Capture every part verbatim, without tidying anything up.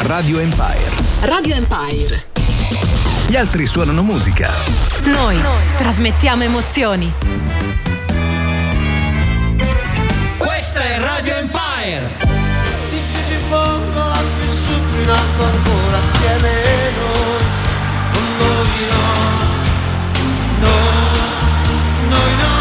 Radio Empire. Radio Empire. Gli altri suonano musica. Noi, Noi. trasmettiamo emozioni. Questa è Radio Empire. Ti ci pongo anche su in alto ancora assieme noi. Noi no, no, noi no.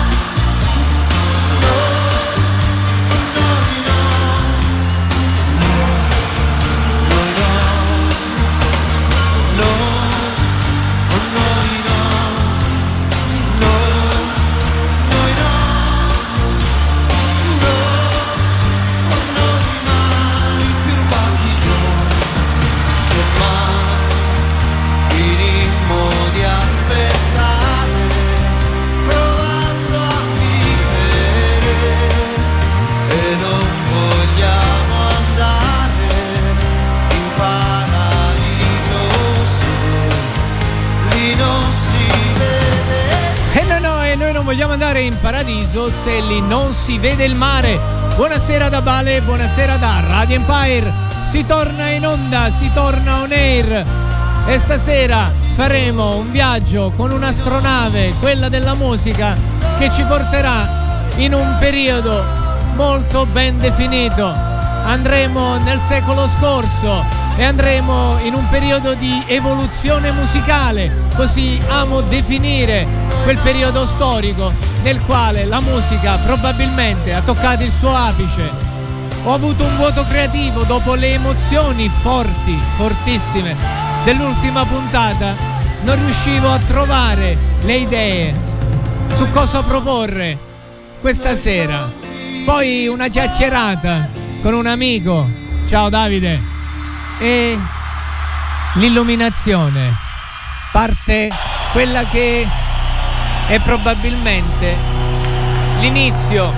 Vogliamo andare in paradiso se lì non si vede il mare. Buonasera da Bale, buonasera da Radio Empire. Si torna in onda, si torna on air. E stasera faremo un viaggio con un'astronave, quella della musica, che ci porterà in un periodo molto ben definito. Andremo nel secolo scorso e andremo in un periodo di evoluzione musicale, così amo definire quel periodo storico nel quale la musica probabilmente ha toccato il suo apice. Ho avuto un vuoto creativo dopo le emozioni forti, fortissime dell'ultima puntata. Non riuscivo a trovare le idee su cosa proporre questa sera. Poi una chiacchierata con un amico, ciao Davide, e l'illuminazione. Parte quella che è probabilmente l'inizio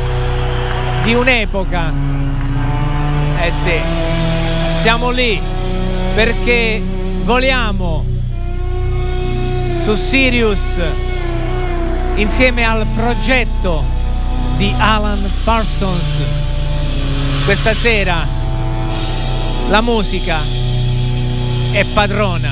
di un'epoca. Eh sì, siamo lì perché voliamo su Sirius insieme al progetto di Alan Parsons. Questa sera la musica è padrona.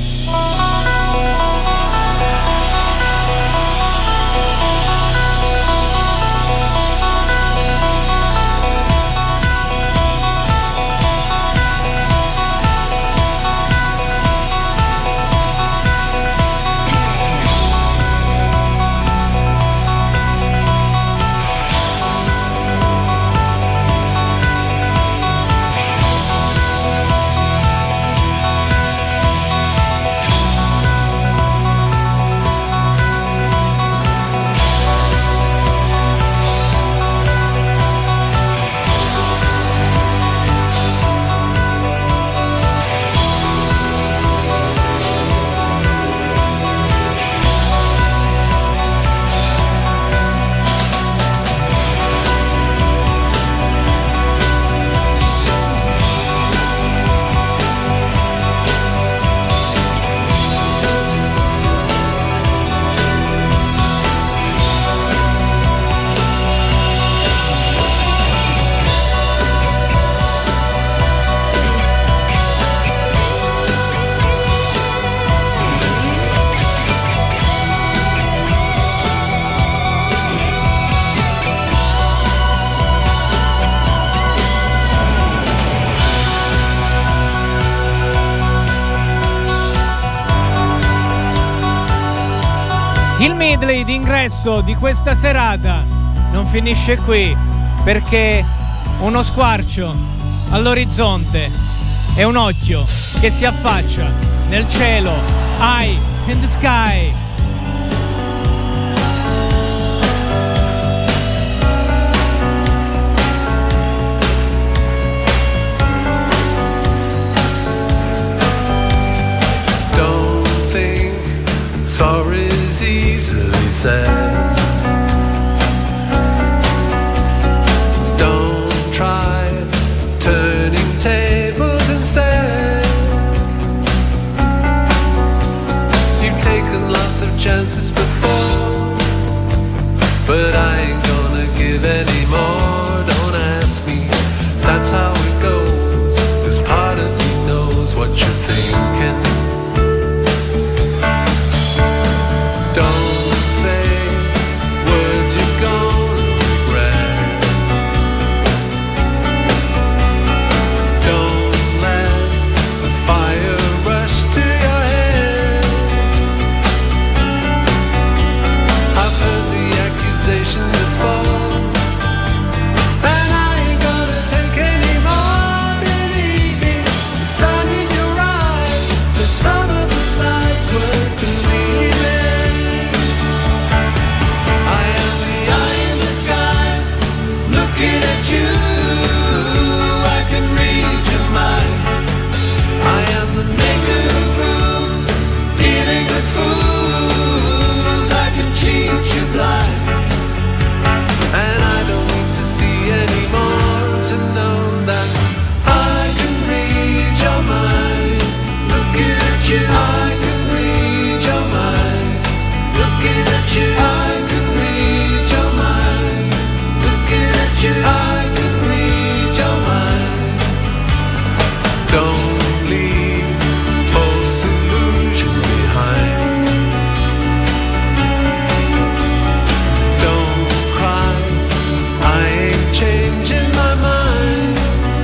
Il medley d'ingresso di questa serata non finisce qui, perché uno squarcio all'orizzonte è un occhio che si affaccia nel cielo. Eye in the sky. Don't think sorry's easily said. Don't try turning tables instead. You've taken lots of chances before, but I ain't gonna give any more. Don't ask me, that's how it goes. This part of Don't leave false illusion behind. Don't cry, I ain't changing my mind.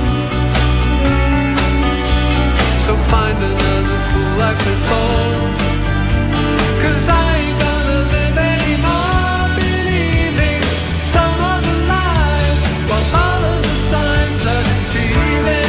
So find another fool like before, 'cause I ain't gonna live anymore believing some of the lies while all of the signs are deceiving.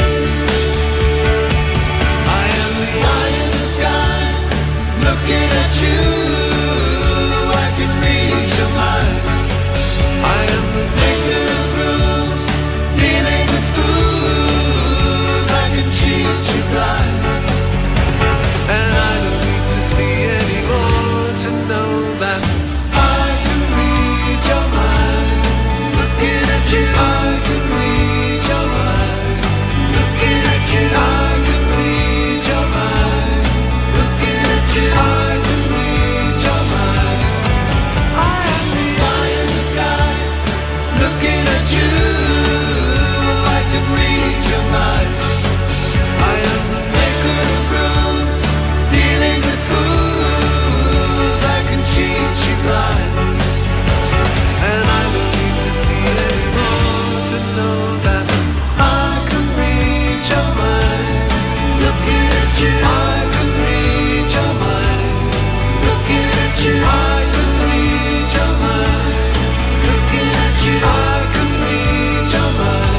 I am the eye in the sky, looking at you. I can read your mind. I am the maker of rules, dealing with fools. I can cheat you blind. And I don't need to see anymore to know that I can read your mind. Looking at you, I can read your mind. Looking at you, I can read your mind. Looking at you, I can read your mind. I am the eye in the sky. Looking at you, I can read your mind. I am the maker of rules, dealing with fools. I can cheat you blind. And I don't need to see anymore to know that I can read your mind. Looking at you, I can read your mind. Looking at you, I can read your mind. Looking at you, I can read your mind.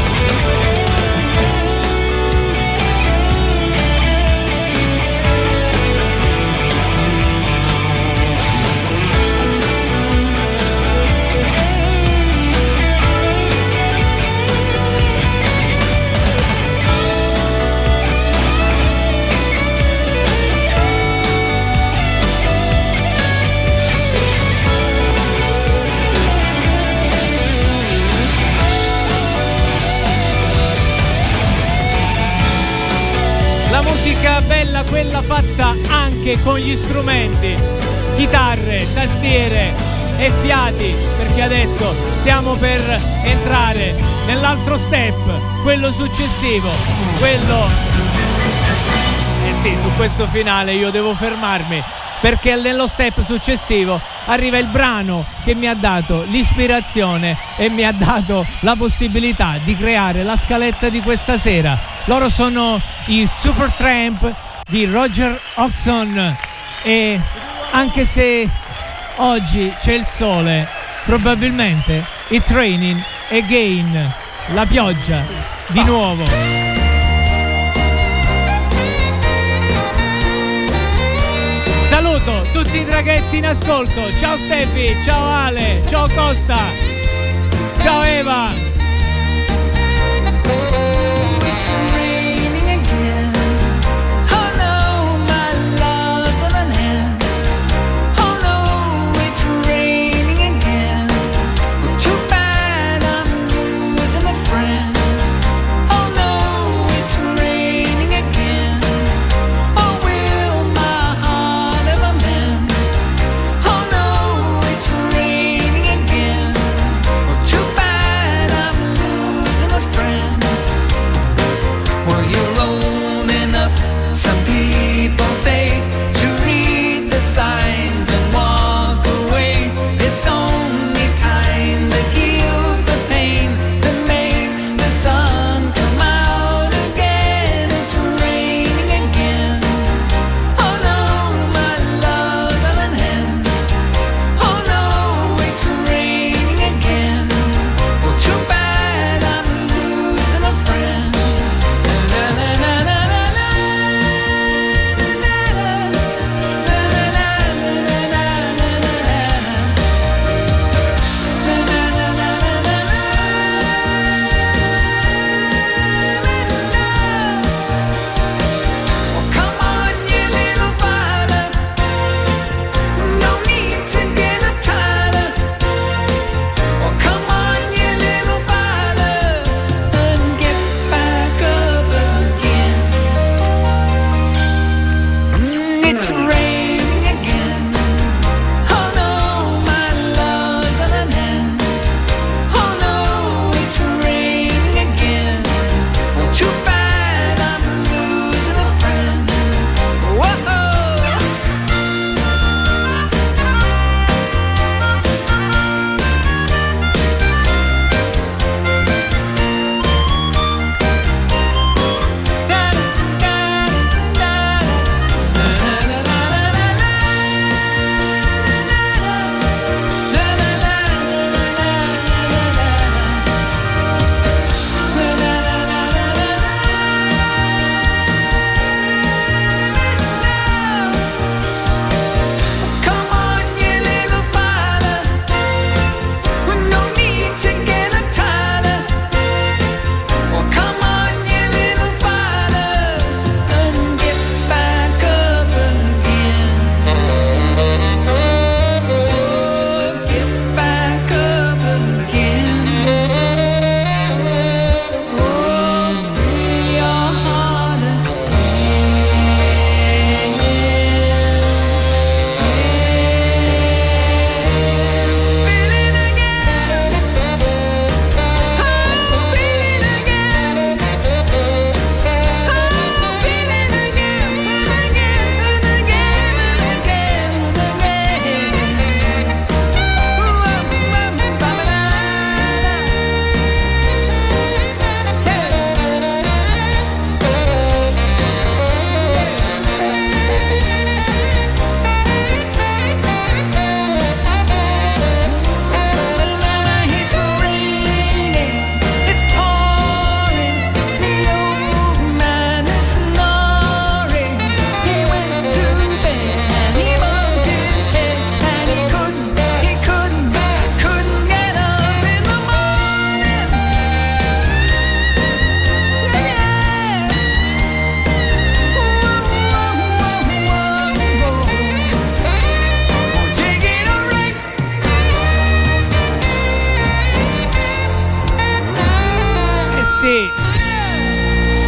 La musica bella, quella fatta anche con gli strumenti, chitarre, tastiere e fiati, perché adesso stiamo per entrare nell'altro step, quello successivo, quello... Eh sì, su questo finale io devo fermarmi, perché nello step successivo arriva il brano che mi ha dato l'ispirazione e mi ha dato la possibilità di creare la scaletta di questa sera. Loro sono i Supertramp di Roger Hodgson e anche se oggi c'è il sole, probabilmente it's raining again, la pioggia di nuovo. Saluto tutti i draghetti in ascolto. Ciao Steffi, ciao Ale, ciao Costa, ciao Eva. Too bad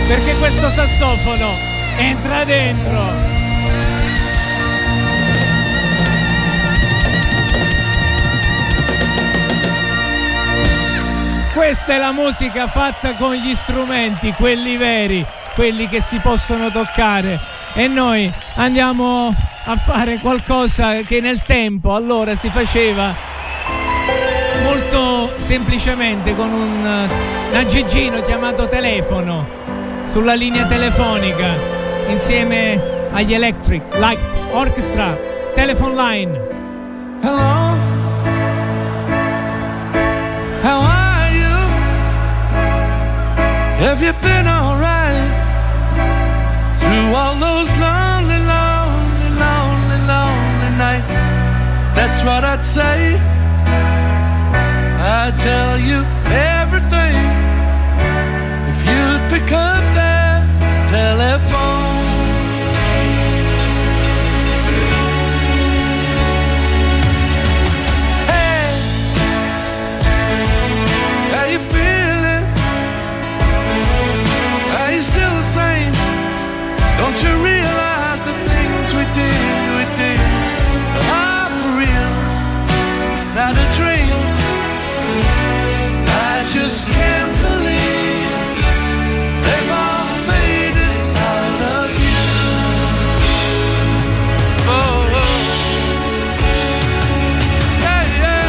perché questo sassofono entra dentro. Questa è la musica fatta con gli strumenti, quelli veri, quelli che si possono toccare, e noi andiamo a fare qualcosa che nel tempo allora si faceva molto semplicemente con un, un aggeggino chiamato telefono sulla linea telefonica insieme agli Electric Light Orchestra. Telephone line. Hello, how are you? Have you been alright through all those lonely, lonely, lonely, lonely nights? That's what I'd say. I'd tell you everything if you'd pick up that telephone. Hey, how you feeling? Are you still the same? Don't you realize the things we did, we did are for real, not a dream? I just can't believe they've all faded out of you. Oh, oh. Yeah, yeah.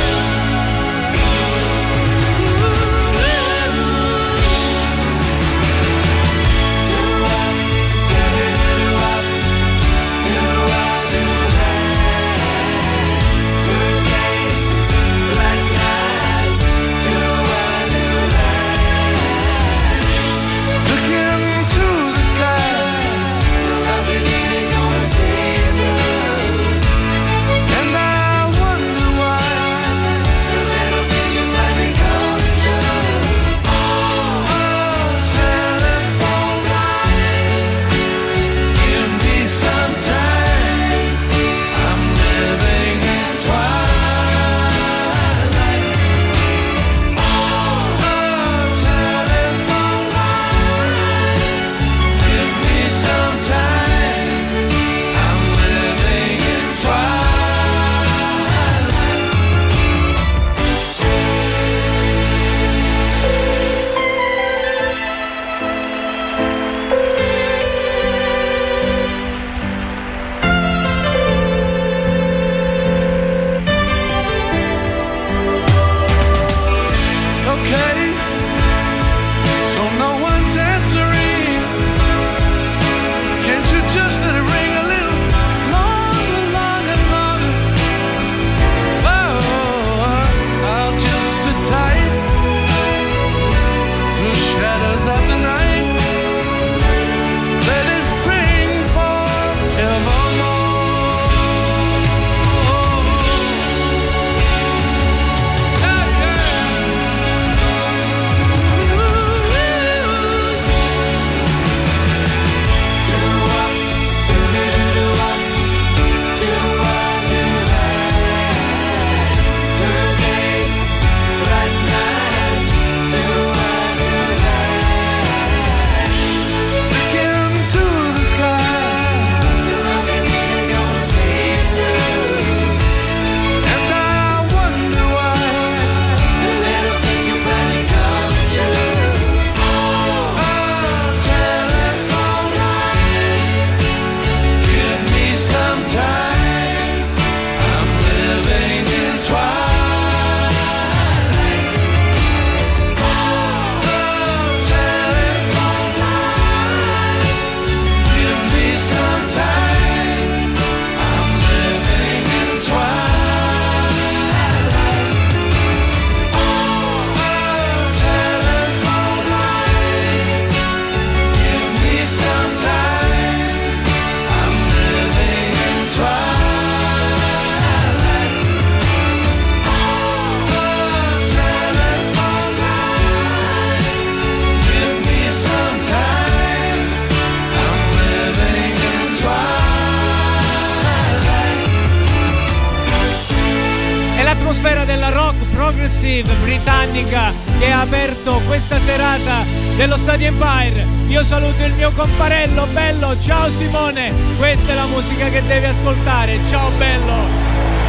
L'atmosfera della rock progressive britannica che ha aperto questa serata dello Stadio Empire. Io saluto il mio comparello bello, ciao Simone, questa è la musica che devi ascoltare, ciao bello.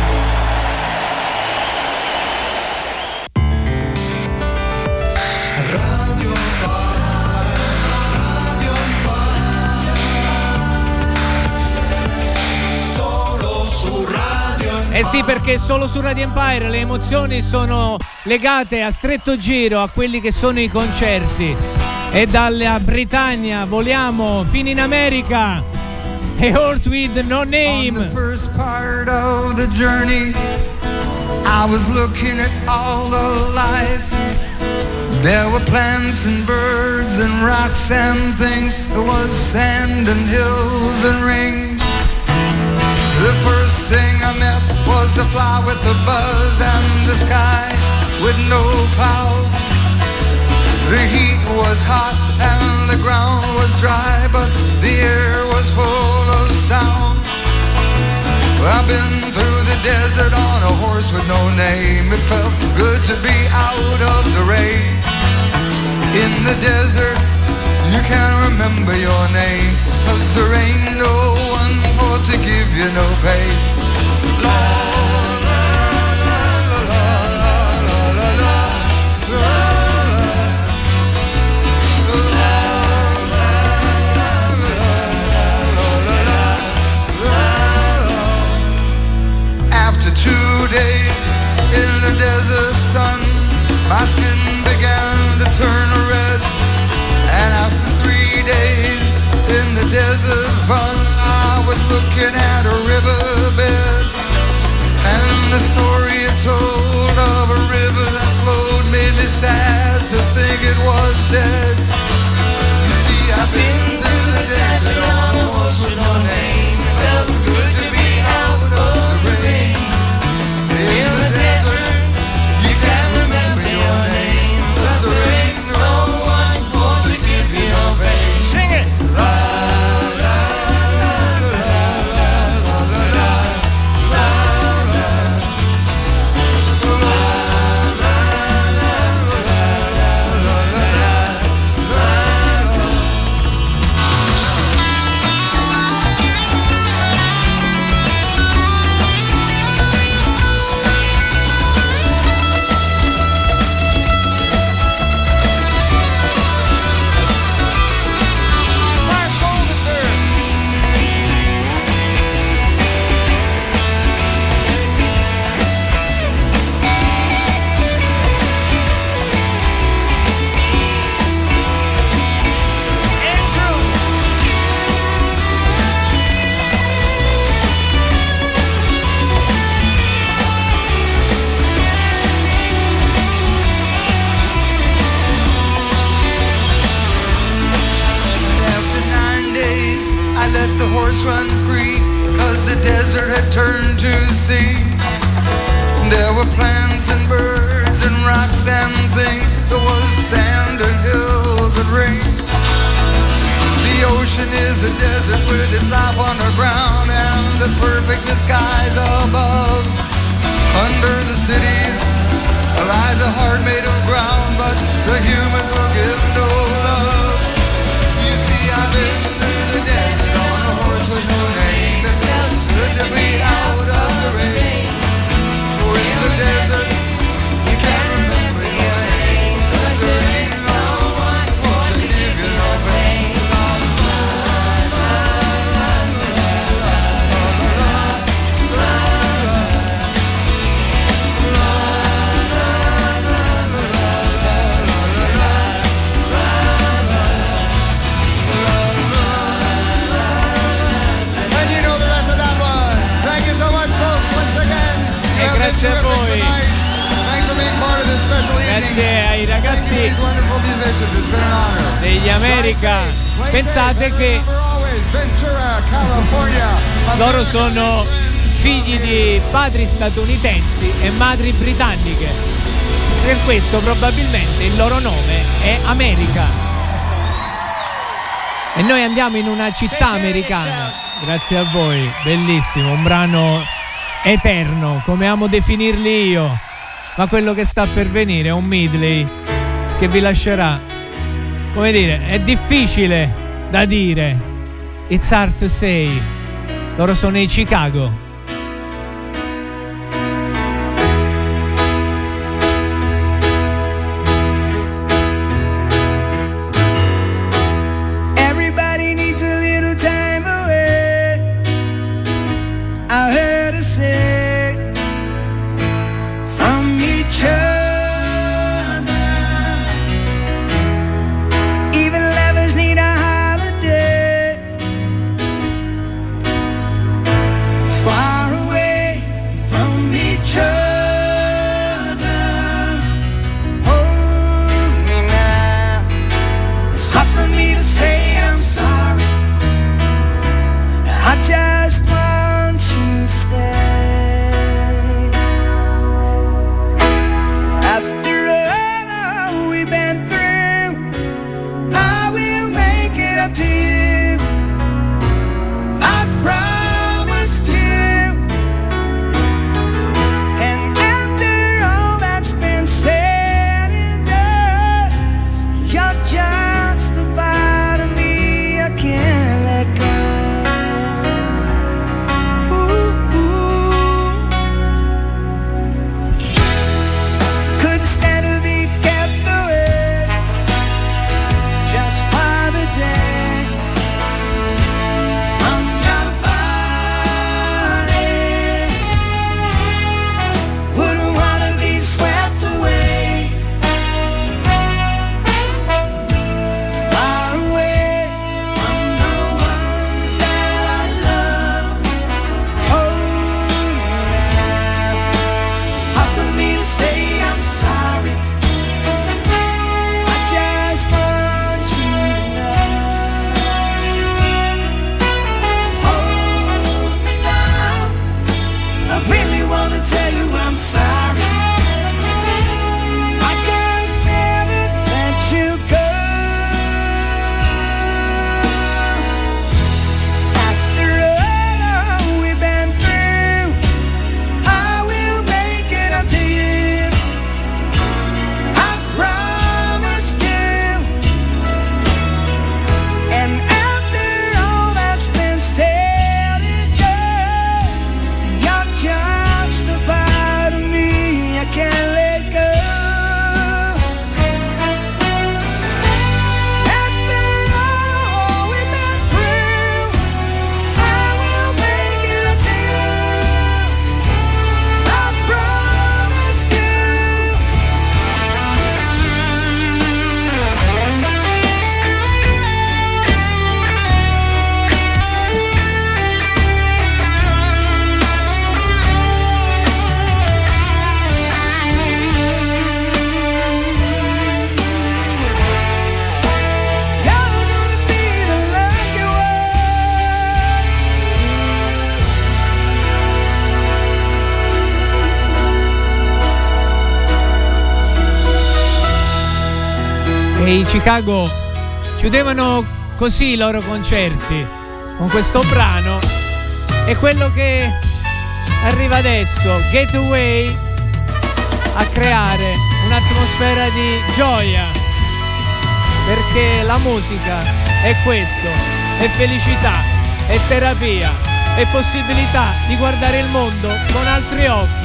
Eh sì, perché solo su Radio Empire le emozioni sono legate a stretto giro a quelli che sono i concerti. E dalla Britannia voliamo fino in America. A Horse with No Name. On the first part of the journey, I was looking at all the life. There were plants and birds and rocks and things. There was sand and hills and rings. The first thing I met was a fly with a buzz and the sky with no clouds. The heat was hot and the ground was dry, but the air was full of sound. I've been through the desert on a horse with no name. It felt good to be out of the rain. In the desert, you can't remember your name, 'cause there ain't no one for to give you no pain. La la la la la la la la la. After two days in the desert sun, my skin began to turn red. And after three days in the desert fun, I was looking at a riverbed. And the story it told of a river that flowed made me sad to think it was dead. You see, I've been through the desert on a horse with no name. It felt good to be out of the rain. In the desert, you can't remember your name, 'cause there ain't no one for to give you no pain. Sing it! La la la la la la la la la la Run free, 'cause the desert had turned to sea. There were plants and birds and rocks and things. There was sand and hills and rings. The ocean is a desert with its life underground and the perfect skies above. Under the cities lies a heart made of ground, but the humans will give no love. You see, I've been through the desert on a horse with no name. It felt good to be out of the rain. Oh, in the desert, you can't remember your name, 'cause there ain't no one for to give you no pain. Grazie a voi, grazie ai ragazzi degli America. Pensate che loro sono figli di padri statunitensi e madri britanniche, per questo probabilmente il loro nome è America. E noi andiamo in una città americana. Grazie a voi, bellissimo, un brano eterno, come amo definirli io, ma quello che sta per venire è un medley che vi lascerà come dire, è difficile da dire. It's hard to say. Loro sono i Chicago. Everybody needs a little time away. I heard her say from each other. Just want you to stay. After all we've been through, I will make it up to you. I promise to. And after all that's been said and done, you're just a part of me I can't let go. E i Chicago chiudevano così i loro concerti, con questo brano. E quello che arriva adesso, Getaway, a creare un'atmosfera di gioia, perché la musica è questo, è felicità, è terapia, è possibilità di guardare il mondo con altri occhi.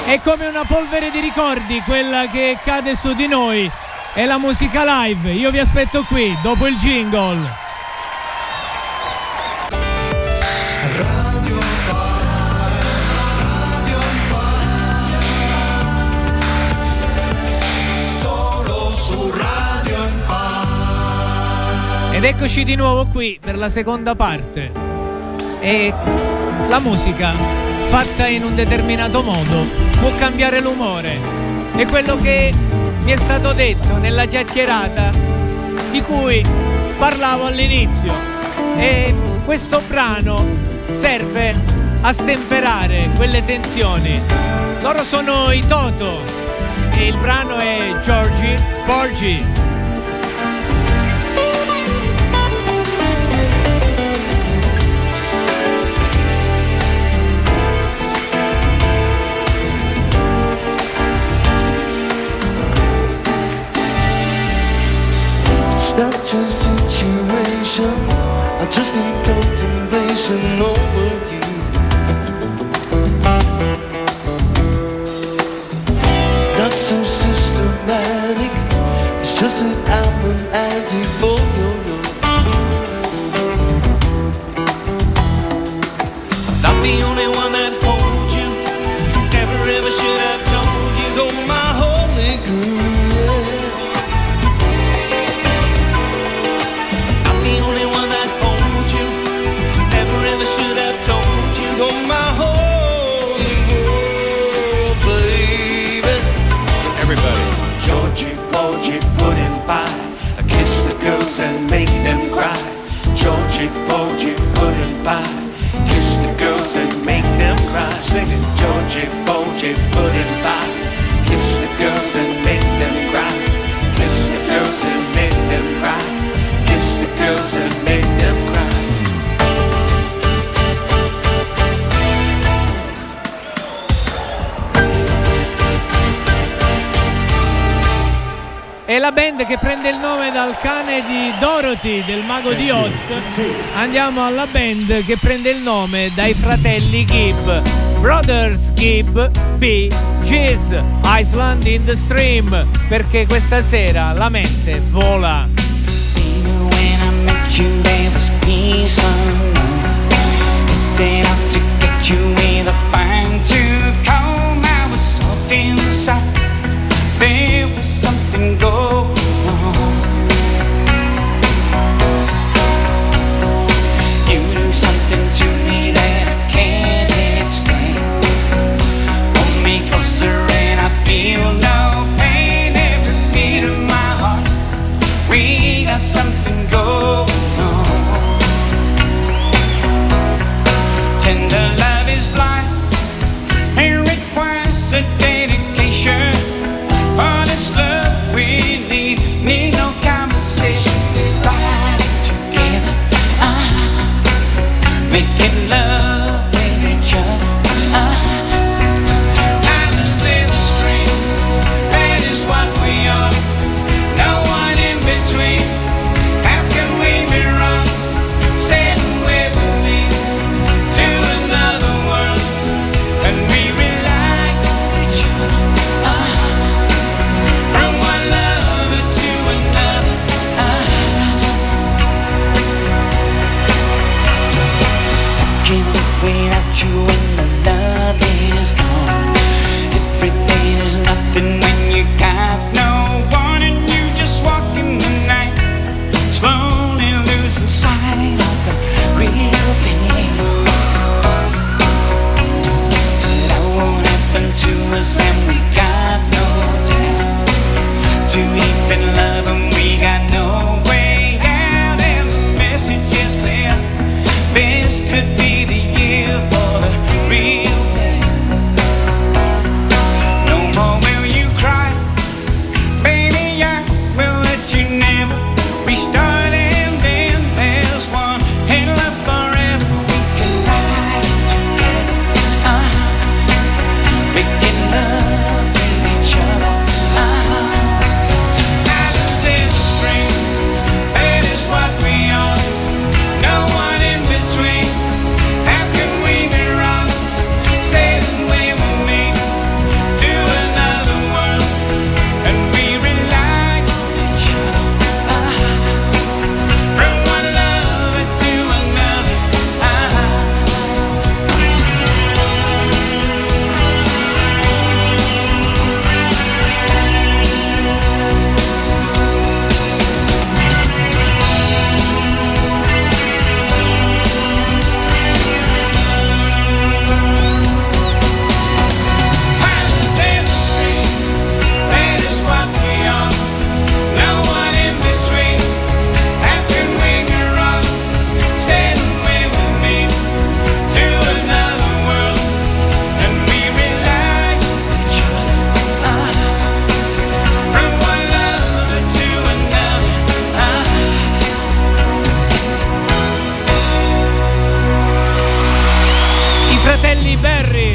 È come una polvere di ricordi quella che cade su di noi. È la musica live. Io vi aspetto qui dopo il jingle. Radio Empire, Radio Empire, solo su Radio Empire. Ed eccoci di nuovo qui per la seconda parte. E la musica fatta in un determinato modo può cambiare l'umore. È quello che mi è stato detto nella chiacchierata di cui parlavo all'inizio. E questo brano serve a stemperare quelle tensioni. Loro sono i Toto e il brano è Georgie Porgy. Not your situation, I'm just in contemplation over you. Not so systematic, it's just that I'm an anti for your love. Not the only one that holds you, never ever should have told you. Though my holy groove. Georgie Porgy, pudding pie, kiss the girls and make them cry. Sing it, Georgie Porgy, pudding pie, kiss the girls and make them cry. Kiss the girls and make them cry. Kiss the girls and make them cry. È la band che prende il nome dal cane di Dorothy, del mago di Oz. Andiamo alla band che prende il nome dai fratelli Gibb, Brothers Gibb, Bee Gees, Iceland in the Stream, perché questa sera la mente vola. Even when I met you there was peace unknown. I set out to get you with a fine tooth comb. I was soft inside. There was something going on. You do something to me that I can't explain. Hold me closer and I feel no pain. Every beat of my heart, we got something going on. Tender love is blind. It requires a dedication. Honest love we need, need no conversation. Ride together, uh-huh. Making love with each other, uh-huh. Islands in the stream, that is what we are. No one in between. How can we be wrong? Sailing where we lead to another world, and we rely on each other, uh-huh. From one lover to another, uh-huh. I can't live without you when the love is gone. Everything is nothing when you got no one, and you just walk in the night, slowly losing sight of the real thing. That won't happen to us, and we got no time. Too deep in love and we got no way out, and the message is clear. This could be the year for the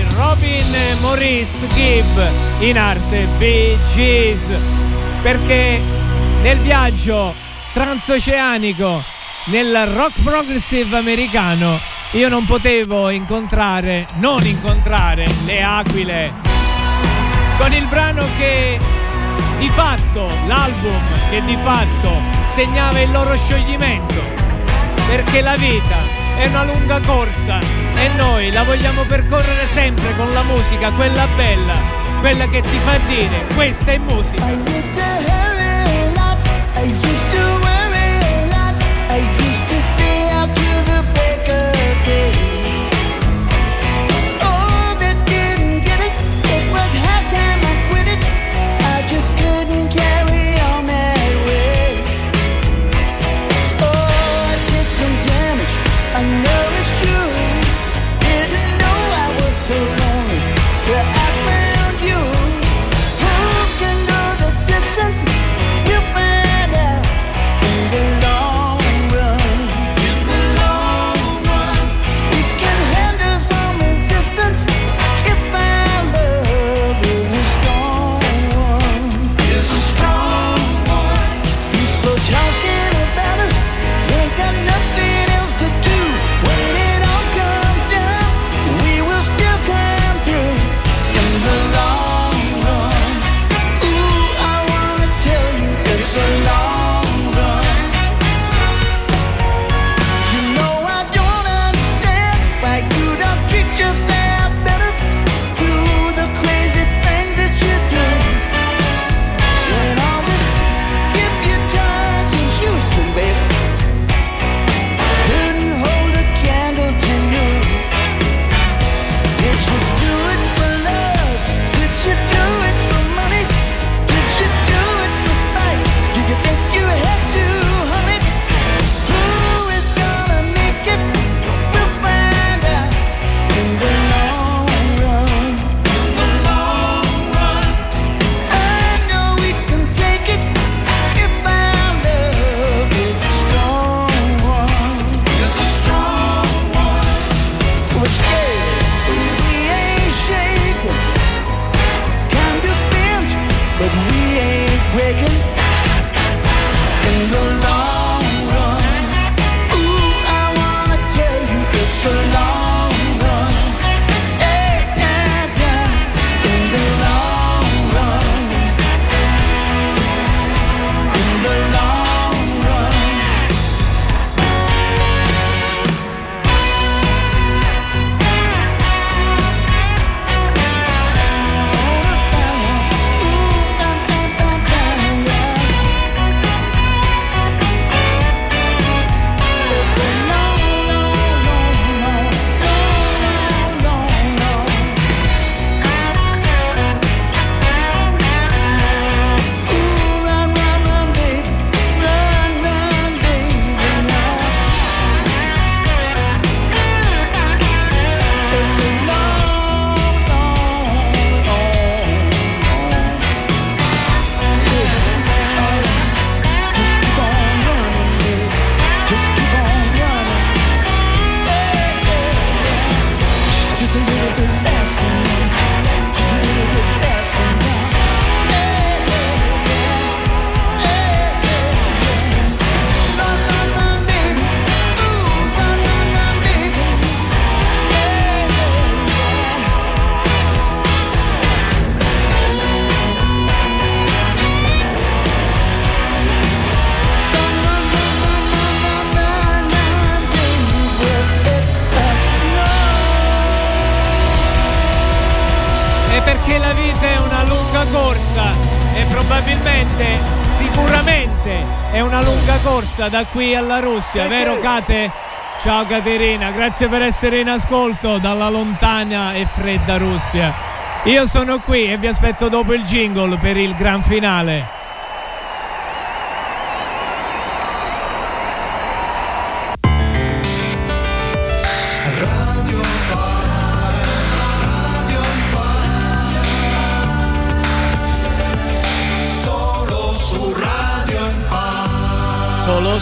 Robin Maurice Gibb, in arte Bee Gees, perché nel viaggio transoceanico, nel rock progressive americano, io non potevo incontrare, non incontrare le Aquile, con il brano che di fatto, l'album che di fatto segnava il loro scioglimento, perché la vita è una lunga corsa e noi la vogliamo percorrere sempre con la musica, quella bella, quella che ti fa dire questa è musica. I used to hurry a lot, I used to worry a lot, I used to stay out till the break of day. Oh, they didn't get it, it was high time I quit it, I just couldn't carry on that way. Oh, I did some damage, I know it's true, didn't know I was so lonely till I found you. Who can go the distance? We'll find out in the long run. In the long run, we can handle some resistance if our love is a strong one. Is a strong one. People talking about us, ain't got nothing else to do. When it all comes down, we will still come through in the long run. Ooh, I wanna tell you it's a long run. You know I don't understand why you don't treat yourself better. Do the crazy things that you do. When all this give you time to Houston, baby, couldn't hold a candle to you. Did you do it for love? Did you do it for money? Did you do it for spite? Did you think you had to, honey? Who is gonna make it? We'll find out in the long run. In the long run, I know we can take it if our love is a strong one. Is a strong one. We're scared, but we ain't shaking. Kind of bent, but we ain't breaking. In the long run, ooh, I wanna tell you it's a long run. Yeah, yeah, yeah. In the long run, in the long run. Perché la vita è una lunga corsa e probabilmente, sicuramente è una lunga corsa da qui alla Russia, vero Kate? Ciao Caterina, grazie per essere in ascolto dalla lontana e fredda Russia. Io sono qui e vi aspetto dopo il jingle per il gran finale.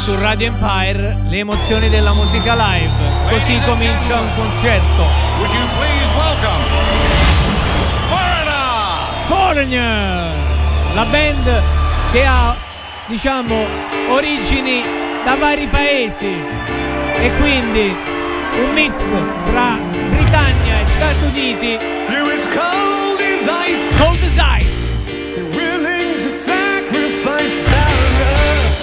su Radio Empire le emozioni della musica live. Così comincia un concerto. Would you please welcome Foreigner! Foreigner! La band che ha, diciamo, origini da vari paesi e quindi un mix fra Britannia e Stati Uniti. You as cold as ice, cold as ice. Willing to sacrifice our love.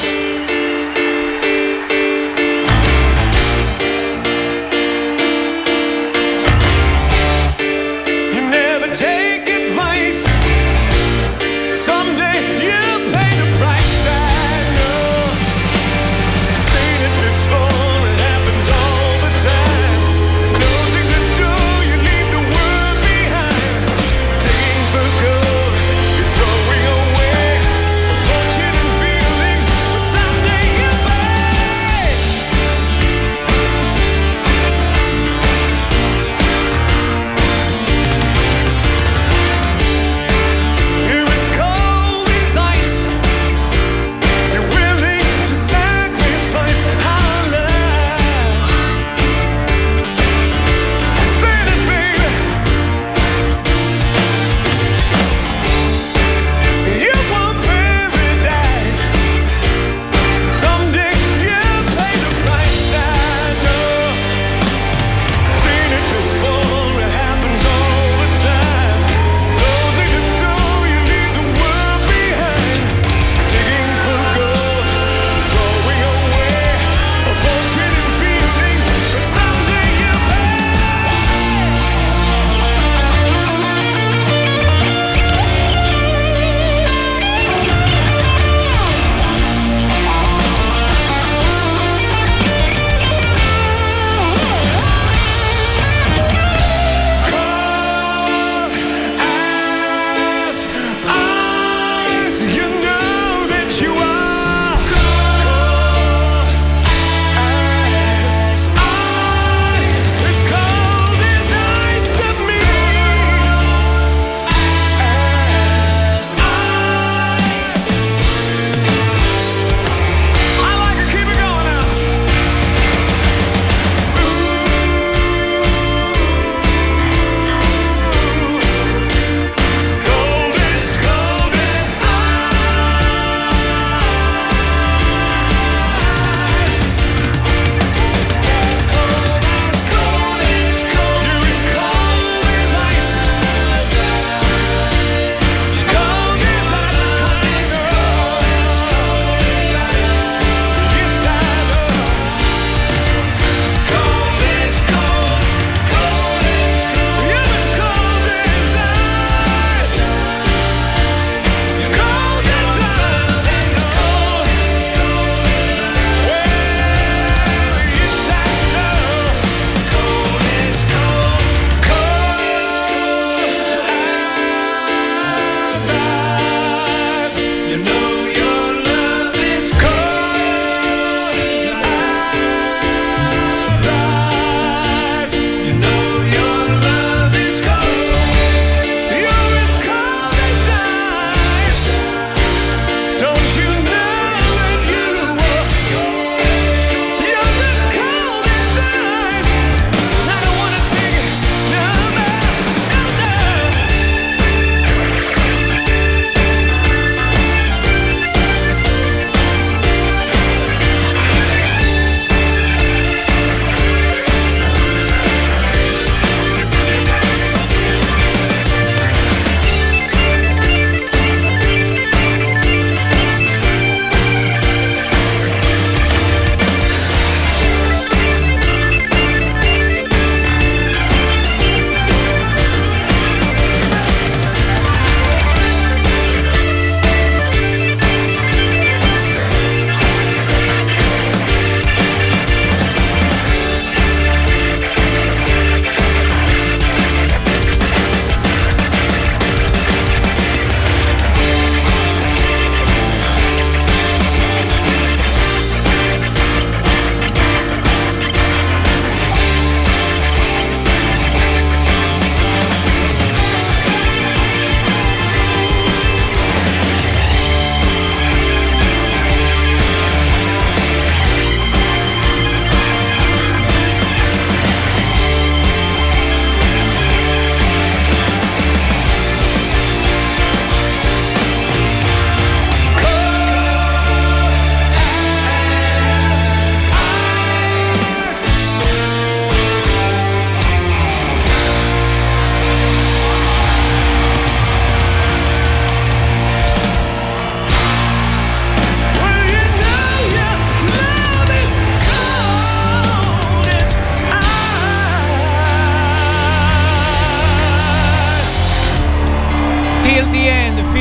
You never take advice. Someday you'll pay the price. I know. Seen it before. It happens all the time. Closing the door, you leave the world behind. Taking for good.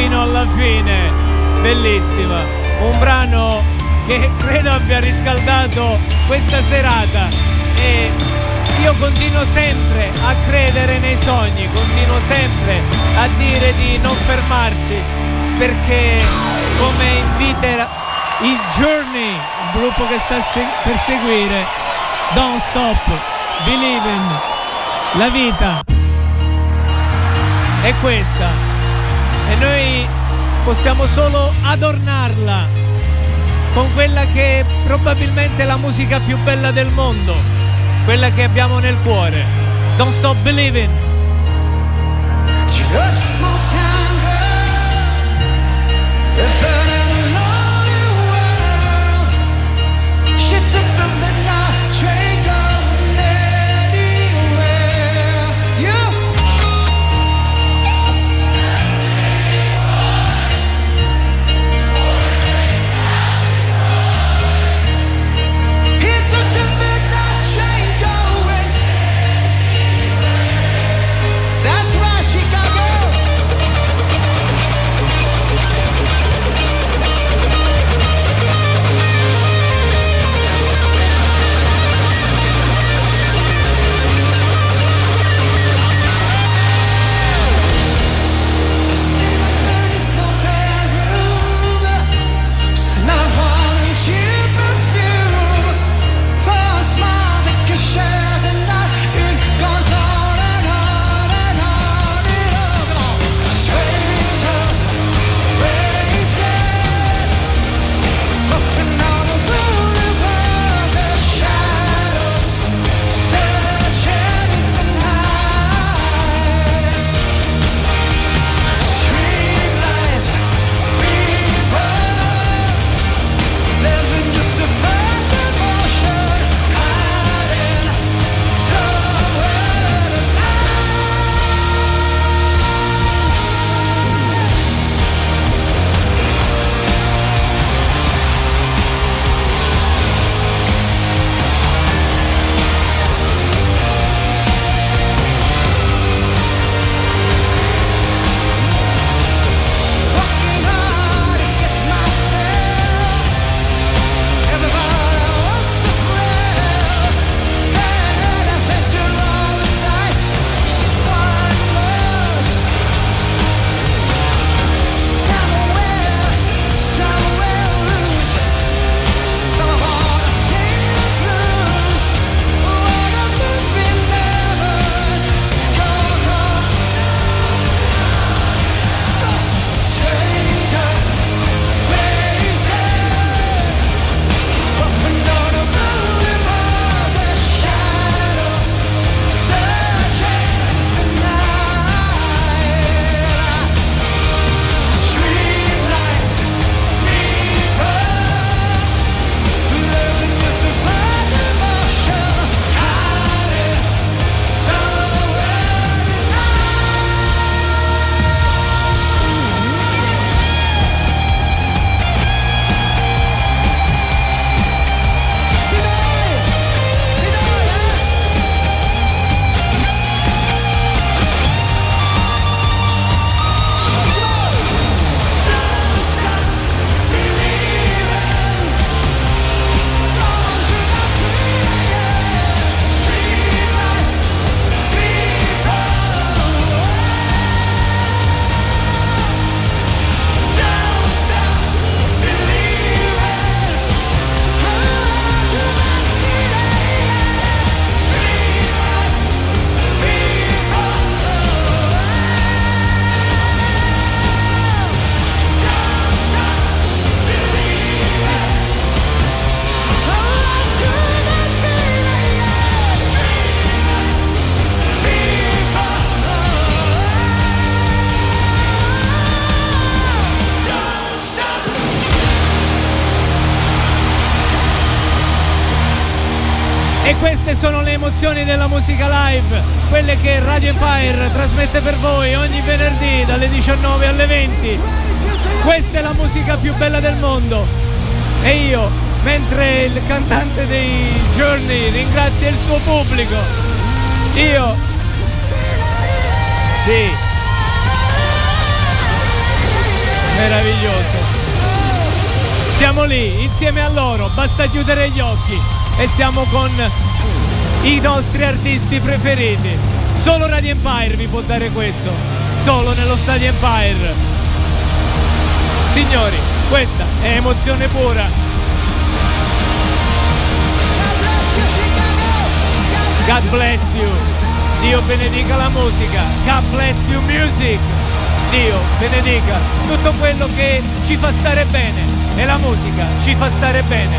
fino alla fine. Bellissima, un brano che credo abbia riscaldato questa serata, e io continuo sempre a credere nei sogni, continuo sempre a dire di non fermarsi, perché come inviterà i Journey, il gruppo che sta se- per seguire, Don't Stop Believing, la vita è questa e noi possiamo solo adornarla con quella che è probabilmente la musica più bella del mondo, quella che abbiamo nel cuore. Don't Stop Believing. Just more time, girl. If in a lonely world, she took the midnight train going anywhere. You. He took the midnight train going. That's right, Chicago. E queste sono le emozioni della musica live, quelle che Radio Empire trasmette per voi ogni venerdì dalle diciannove alle venti. Questa è la musica più bella del mondo. E io, mentre il cantante dei Journey ringrazia il suo pubblico, io... Sì. Meraviglioso. Siamo lì, insieme a loro, basta chiudere gli occhi e siamo con i nostri artisti preferiti. Solo Radio Empire vi può dare questo, solo nello Stadio Empire. Signori, questa è emozione pura. God bless you. Dio benedica la musica. God bless you music. Dio benedica tutto quello che ci fa stare bene e la musica ci fa stare bene.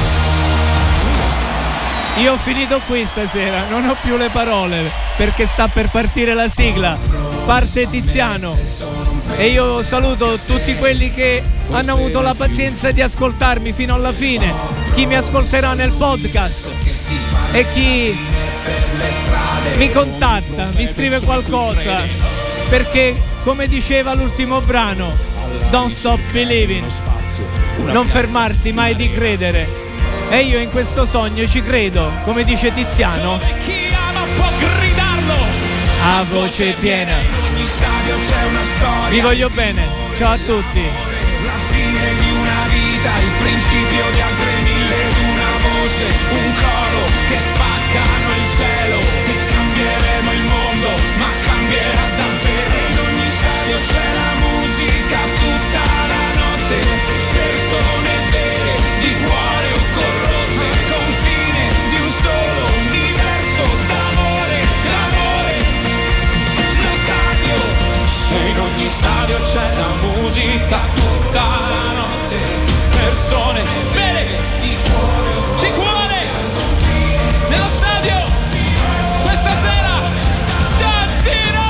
Io ho finito qui stasera, non ho più le parole perché sta per partire la sigla. Parte Tiziano e io saluto tutti quelli che hanno avuto la pazienza di ascoltarmi fino alla fine, chi mi ascolterà nel podcast e chi mi contatta, mi scrive qualcosa, perché come diceva l'ultimo brano, don't stop believing, non fermarti mai di credere. E io in questo sogno ci credo, come dice Tiziano. Chi ama può gridarlo a voce piena. Ogni stadio c'è una storia. Vi voglio bene, ciao a tutti. La fine di una vita, il principio di altre mille, una voce, un coro che spaccano il cielo. E cambieremo il mondo, ma cambierà davvero. In ogni stadio c'è la musica tutta la notte. Persone vere, di cuore o corrotte, confine di un solo universo d'amore, d'amore. Lo stadio, e in ogni stadio c'è la musica tutta la notte. Persone vere, di cuore o corrotte, di cuore. Nello stadio, questa sera, San Siro.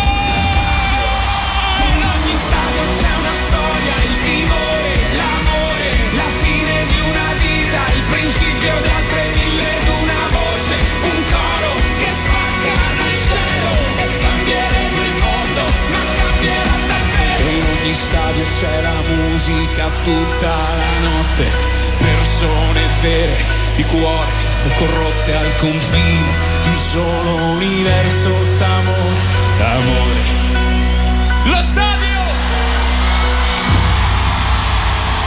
In ogni stadio c'è una storia, il timore, l'amore, la fine di una vita, il principio di altre mille, ed una voce, un coro che spacca nel cielo. E cambieremo il mondo, ma cambierà davvero. In ogni stadio c'è la musica tutta la notte. Persone vere, di cuore o corrotte al confine di un solo universo d'amore, d'amore. Lo stadio